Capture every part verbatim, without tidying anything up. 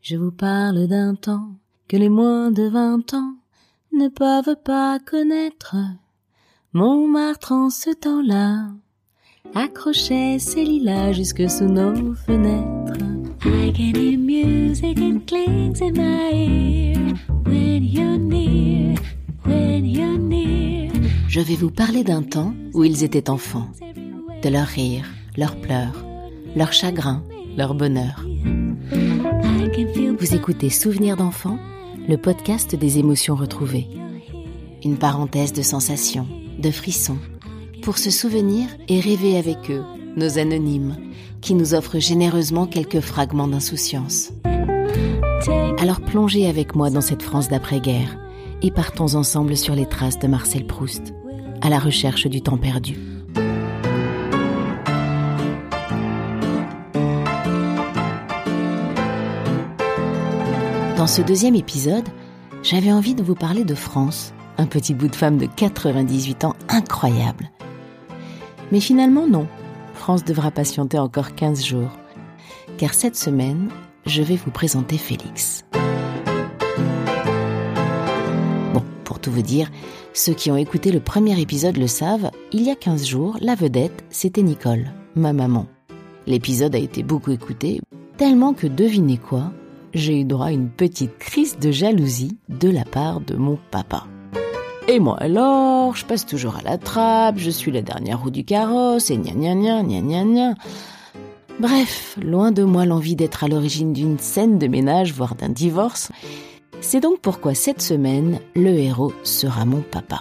Je vous parle d'un temps que les moins de vingt ans ne peuvent pas connaître. Montmartre en ce temps-là accrochait ses lilas jusque sous nos fenêtres. I can hear music and clings in my ear when you're near, when you're near. Je vais vous parler d'un temps où ils étaient enfants, de leurs rires, leurs pleurs, leurs chagrins, leur bonheur. Vous écoutez Souvenirs d'enfants, le podcast des émotions retrouvées. Une parenthèse de sensations, de frissons, pour se souvenir et rêver avec eux, nos anonymes, qui nous offrent généreusement quelques fragments d'insouciance. Alors plongez avec moi dans cette France d'après-guerre et partons ensemble sur les traces de Marcel Proust, à la recherche du temps perdu. Dans ce deuxième épisode, j'avais envie de vous parler de France, un petit bout de femme de quatre-vingt-dix-huit ans incroyable. Mais finalement non, France devra patienter encore quinze jours, car cette semaine, je vais vous présenter Félix. Bon, pour tout vous dire, ceux qui ont écouté le premier épisode le savent, il y a quinze jours, la vedette, c'était Nicole, ma maman. L'épisode a été beaucoup écouté, tellement que devinez quoi ? J'ai eu droit à une petite crise de jalousie de la part de mon papa. Et moi alors, je passe toujours à la trappe, je suis la dernière roue du carrosse, et gna gna gna gna gna gna. Bref, loin de moi l'envie d'être à l'origine d'une scène de ménage, voire d'un divorce. C'est donc pourquoi cette semaine, le héros sera mon papa.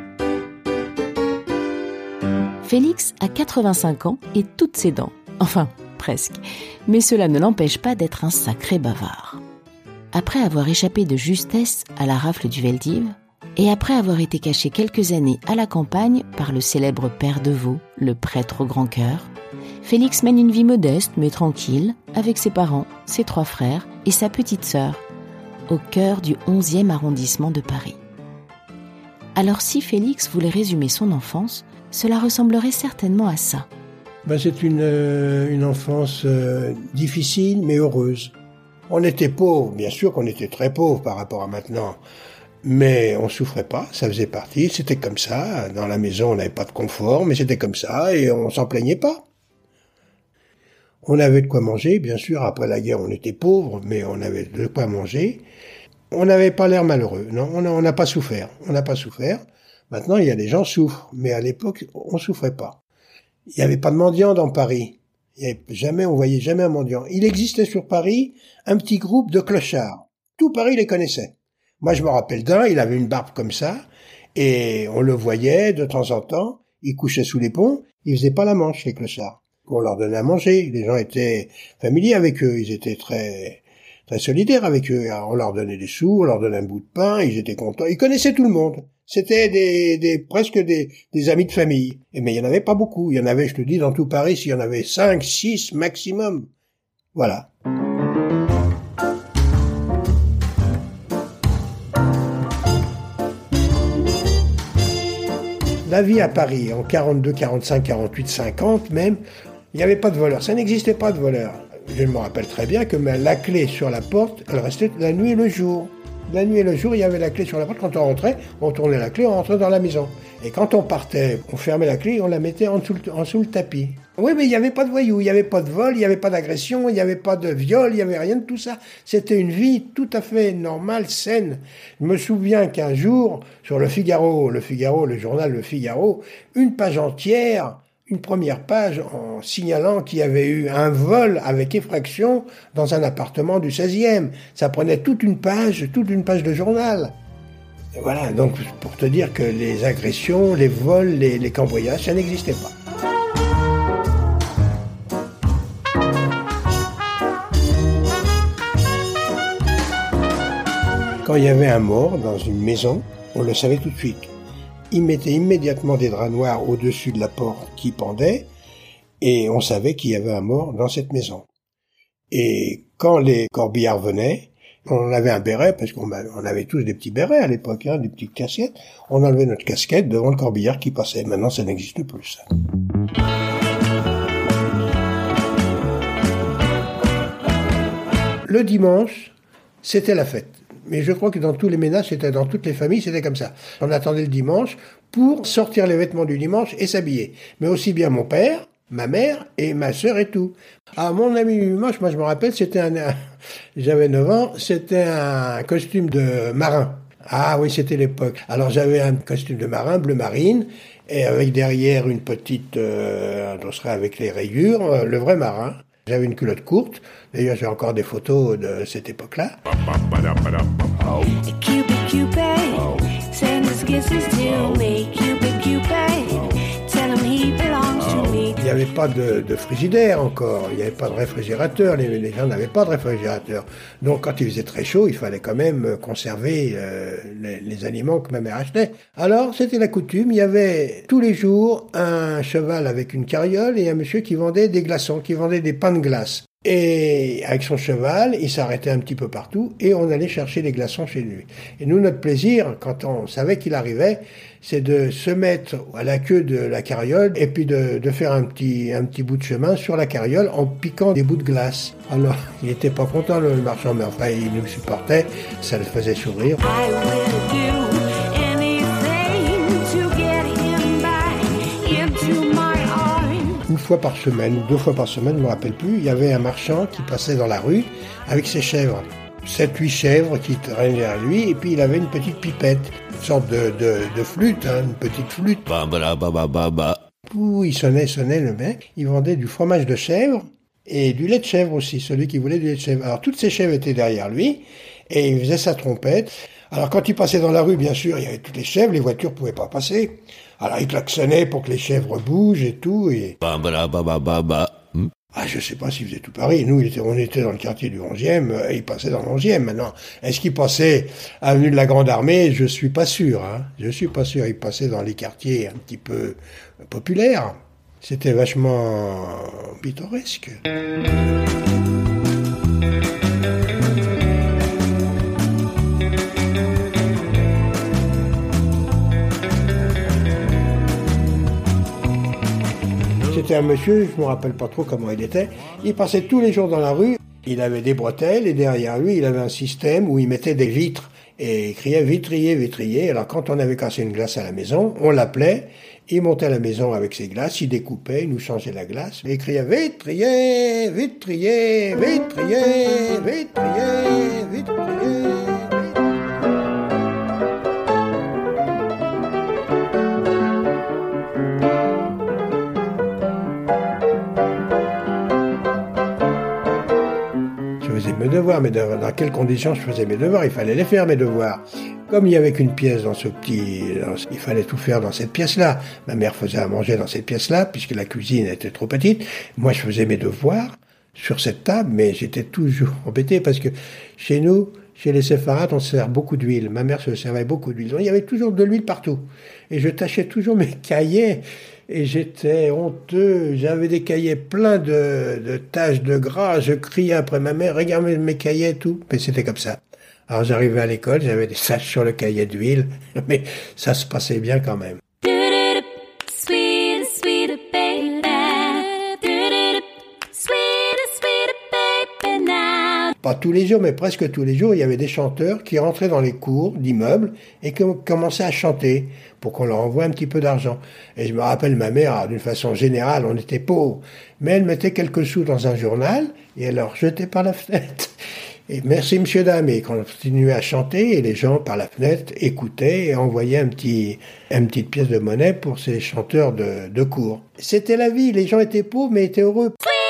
Félix a quatre-vingt-cinq ans et toutes ses dents. Enfin, presque. Mais cela ne l'empêche pas d'être un sacré bavard. Après avoir échappé de justesse à la rafle du Veldiv, et après avoir été caché quelques années à la campagne par le célèbre père de Vaux, le prêtre au grand cœur, Félix mène une vie modeste mais tranquille avec ses parents, ses trois frères et sa petite sœur, au cœur du onzième arrondissement de Paris. Alors si Félix voulait résumer son enfance, cela ressemblerait certainement à ça. Ben, c'est une, euh, une enfance euh, difficile mais heureuse. On était pauvres, bien sûr qu'on était très pauvres par rapport à maintenant, mais on souffrait pas, ça faisait partie, c'était comme ça. Dans la maison, on n'avait pas de confort, mais c'était comme ça et on s'en plaignait pas. On avait de quoi manger, bien sûr, après la guerre on était pauvres, mais on avait de quoi manger. On n'avait pas l'air malheureux, non, on n'a pas souffert, on n'a pas souffert. Maintenant, il y a des gens qui souffrent, mais à l'époque, on souffrait pas. Il n'y avait pas de mendiants dans Paris. Il y avait jamais, on voyait jamais un mendiant. Il existait sur Paris un petit groupe de clochards. Tout Paris les connaissait. Moi, je me rappelle d'un, il avait une barbe comme ça, et on le voyait de temps en temps. Il couchait sous les ponts, il faisait pas la manche, les clochards. On leur donnait à manger. Les gens étaient familiers avec eux. Ils étaient très, très solidaires avec eux. Alors, on leur donnait des sous, on leur donnait un bout de pain, ils étaient contents. Ils connaissaient tout le monde. C'était des, des, presque des, des amis de famille. Et mais il y en avait pas beaucoup. Il y en avait, je te dis, dans tout Paris, s'il y en avait cinq, six maximum. Voilà. La vie à Paris, en quarante-deux, quarante-cinq, quarante-huit, cinquante même, il n'y avait pas de voleurs. Ça n'existait pas de voleurs. Je me rappelle très bien que la clé sur la porte, elle restait la nuit et le jour. La nuit et le jour, il y avait la clé sur la porte. Quand on rentrait, on tournait la clé, on rentrait dans la maison. Et quand on partait, on fermait la clé, on la mettait en dessous, en dessous le tapis. Oui, mais il n'y avait pas de voyous, il n'y avait pas de vol, il n'y avait pas d'agression, il n'y avait pas de viol, il n'y avait rien de tout ça. C'était une vie tout à fait normale, saine. Je me souviens qu'un jour, sur le Figaro, le Figaro, le journal Le Figaro, une page entière, une première page en signalant qu'il y avait eu un vol avec effraction dans un appartement du seizième. Ça prenait toute une page, toute une page de journal. Et voilà, donc pour te dire que les agressions, les vols, les, les cambriolages, ça n'existait pas. Quand il y avait un mort dans une maison, on le savait tout de suite. Ils mettaient immédiatement des draps noirs au-dessus de la porte qui pendait, et on savait qu'il y avait un mort dans cette maison. Et quand les corbillards venaient, on avait un béret, parce qu'on avait tous des petits bérets à l'époque, hein, des petites casquettes. On enlevait notre casquette devant le corbillard qui passait. Maintenant, ça n'existe plus, ça. Le dimanche, c'était la fête. Mais je crois que dans tous les ménages, c'était dans toutes les familles, c'était comme ça. On attendait le dimanche pour sortir les vêtements du dimanche et s'habiller. Mais aussi bien mon père, ma mère et ma sœur et tout. Ah, mon ami du dimanche, moi je me rappelle, c'était un, un j'avais neuf ans, c'était un costume de marin. Ah oui, c'était l'époque. Alors j'avais un costume de marin, bleu marine, et avec derrière une petite, euh, un dosseret avec les rayures, euh, le vrai marin. J'avais une culotte courte. D'ailleurs, j'ai encore des photos de cette époque-là. Cupid, Cupid, send his kisses to me. Cupid, Cupid, tell him he belongs to me. Il n'y avait pas de, de frigidaire encore, il n'y avait pas de réfrigérateur, les, les gens n'avaient pas de réfrigérateur. Donc quand il faisait très chaud, il fallait quand même conserver euh, les, les aliments que ma mère achetait. Alors c'était la coutume, il y avait tous les jours un cheval avec une carriole et un monsieur qui vendait des glaçons, qui vendait des pains de glace. Et avec son cheval, il s'arrêtait un petit peu partout et on allait chercher les glaçons chez lui. Et nous, notre plaisir, quand on savait qu'il arrivait, c'est de se mettre à la queue de la carriole et puis de, de faire un petit, un petit bout de chemin sur la carriole en piquant des bouts de glace. Alors, il était pas content, le marchand, mais enfin, il nous supportait, ça le faisait sourire. I will do anything to get him back into my arms. Une fois par semaine, ou deux fois par semaine, je me rappelle plus, il y avait un marchand qui passait dans la rue avec ses chèvres. Sept, huit chèvres qui traînaient derrière lui, et puis il avait une petite pipette, une sorte de, de, de flûte, hein, une petite flûte. Bah, bah, bah, bah, bah, bah. Ouh, il sonnait, sonnait le mec. Il vendait du fromage de chèvre et du lait de chèvre aussi, celui qui voulait du lait de chèvre. Alors toutes ces chèvres étaient derrière lui, et il faisait sa trompette. Alors quand il passait dans la rue, bien sûr, il y avait toutes les chèvres, les voitures pouvaient pas passer. Alors il klaxonnait pour que les chèvres bougent et tout, et... Bah, bah, bah, bah, bah, bah. Hmm. Ah, je sais pas s'il faisait tout Paris. Nous, il était, on était dans le quartier du onzième, euh, et il passait dans l'onzième. Maintenant, est-ce qu'il passait avenue de la Grande Armée? Je suis pas sûr, hein. Je suis pas sûr. Il passait dans les quartiers un petit peu populaires. C'était vachement pittoresque. C'était un monsieur, je me rappelle pas trop comment il était, il passait tous les jours dans la rue, il avait des bretelles et derrière lui il avait un système où il mettait des vitres et il criait vitrier, vitrier. Alors quand on avait cassé une glace à la maison, on l'appelait, il montait à la maison avec ses glaces, il découpait, il nous changeait la glace, et il criait vitrier, vitrier, vitrier, vitrier, vitrier. Je faisais mes devoirs, mais dans, dans quelles conditions je faisais mes devoirs? Il fallait les faire, mes devoirs. Comme il y avait qu'une pièce dans ce petit... Dans, il fallait tout faire dans cette pièce-là. Ma mère faisait à manger dans cette pièce-là, puisque la cuisine était trop petite. Moi, je faisais mes devoirs sur cette table, mais j'étais toujours embêté, parce que chez nous, chez les séfarades, on se sert beaucoup d'huile. Ma mère se servait beaucoup d'huile. Donc, il y avait toujours de l'huile partout. Et je tâchais toujours mes cahiers... Et j'étais honteux, j'avais des cahiers pleins de, de taches de gras, je criais après ma mère, regarde mes cahiers et tout, mais c'était comme ça. Alors j'arrivais à l'école, j'avais des taches sur le cahier d'huile, mais ça se passait bien quand même. Pas tous les jours, mais presque tous les jours, il y avait des chanteurs qui rentraient dans les cours d'immeubles et qui commençaient à chanter pour qu'on leur envoie un petit peu d'argent. Et je me rappelle ma mère, d'une façon générale, on était pauvres, mais elle mettait quelques sous dans un journal et elle leur jetait par la fenêtre. Et merci monsieur dame, et qu'on continuait à chanter et les gens par la fenêtre écoutaient et envoyaient un petit, une petite pièce de monnaie pour ces chanteurs de, de cours. C'était la vie, les gens étaient pauvres mais étaient heureux.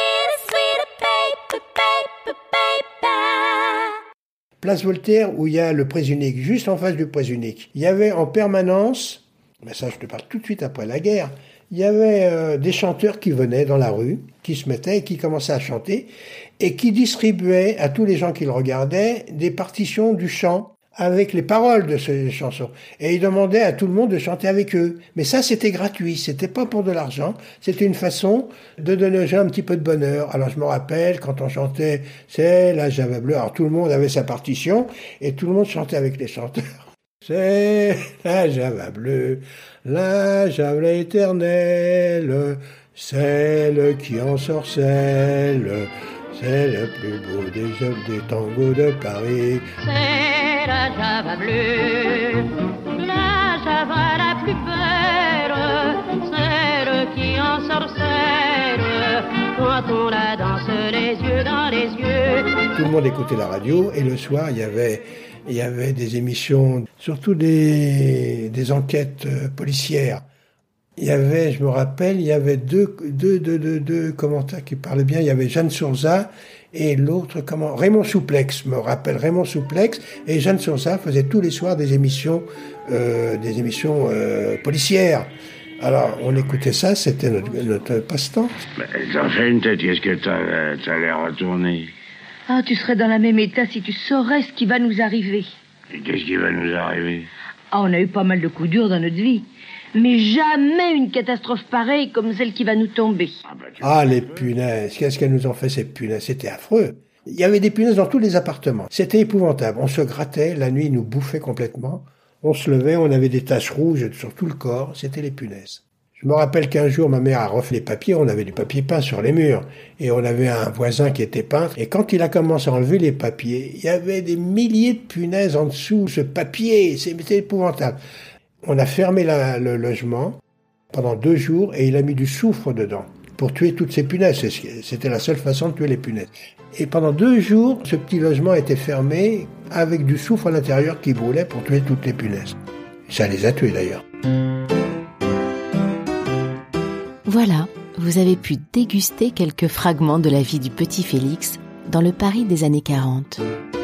Place Voltaire, où il y a le presse unique, juste en face du presse unique. Il y avait en permanence, mais ça je te parle tout de suite après la guerre, il y avait euh, des chanteurs qui venaient dans la rue, qui se mettaient et qui commençaient à chanter, et qui distribuaient à tous les gens qui le regardaient des partitions du chant avec les paroles de ces chansons. Et ils demandaient à tout le monde de chanter avec eux. Mais ça, c'était gratuit, c'était pas pour de l'argent, c'était une façon de donner aux gens un petit peu de bonheur. Alors je me rappelle, quand on chantait « C'est la Java bleue », alors tout le monde avait sa partition, et tout le monde chantait avec les chanteurs. C'est la Java bleue, la Java éternelle, celle qui ensorcelle, C'est le plus beau des jeux des tangos de Paris. C'est la java bleue, la java la plus belle, celle qui ensorcelle quand on la danse les yeux dans les yeux. Tout le monde écoutait la radio et le soir il y avait, il y avait des émissions, surtout des, des enquêtes euh, policières. Il y avait, je me rappelle, il y avait deux, deux, deux, deux, deux commentaires qui parlaient bien. Il y avait Jeanne Surza et l'autre, comment, Raymond Souplex, je me rappelle, Raymond Souplex. Et Jeanne Surza faisait tous les soirs des émissions, euh, des émissions euh, policières. Alors, on écoutait ça, c'était notre, notre passe-temps. Mais t'en fais une tête, qu'est-ce que t'as, t'as l'air retourné? Ah, tu serais dans le même état si tu saurais ce qui va nous arriver. Et qu'est-ce qui va nous arriver? Ah, on a eu pas mal de coups durs dans notre vie. Mais jamais une catastrophe pareille comme celle qui va nous tomber. Ah, bah, Ah, les punaises, qu'est-ce qu'elles nous ont fait, ces punaises? C'était affreux. Il y avait des punaises dans tous les appartements. C'était épouvantable. On se grattait, la nuit, ils nous bouffaient complètement. On se levait, on avait des taches rouges sur tout le corps. C'était les punaises. Je me rappelle qu'un jour, ma mère a refait les papiers. On avait du papier peint sur les murs. Et on avait un voisin qui était peintre. Et quand il a commencé à enlever les papiers, il y avait des milliers de punaises en dessous. Ce papier, c'était épouvantable. On a fermé la, le logement pendant deux jours et il a mis du soufre dedans pour tuer toutes ces punaises. C'était la seule façon de tuer les punaises. Et pendant deux jours, ce petit logement était fermé avec du soufre à l'intérieur qui brûlait pour tuer toutes les punaises. Ça les a tués d'ailleurs. Voilà, vous avez pu déguster quelques fragments de la vie du petit Félix dans le Paris des années quarante.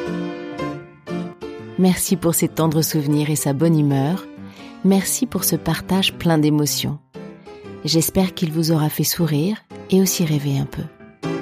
Merci pour ses tendres souvenirs et sa bonne humeur. Merci pour ce partage plein d'émotions. J'espère qu'il vous aura fait sourire et aussi rêver un peu.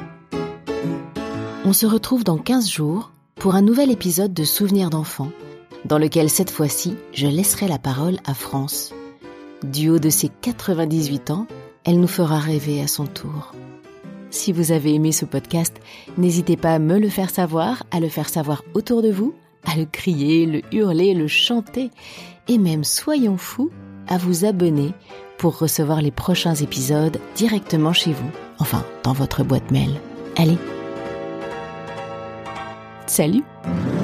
On se retrouve dans quinze jours pour un nouvel épisode de Souvenirs d'enfants, dans lequel cette fois-ci, je laisserai la parole à France. Du haut de ses quatre-vingt-dix-huit ans, elle nous fera rêver à son tour. Si vous avez aimé ce podcast, n'hésitez pas à me le faire savoir, à le faire savoir autour de vous, à le crier, le hurler, le chanter, et même, soyons fous, à vous abonner pour recevoir les prochains épisodes directement chez vous, enfin, dans votre boîte mail. Allez, salut!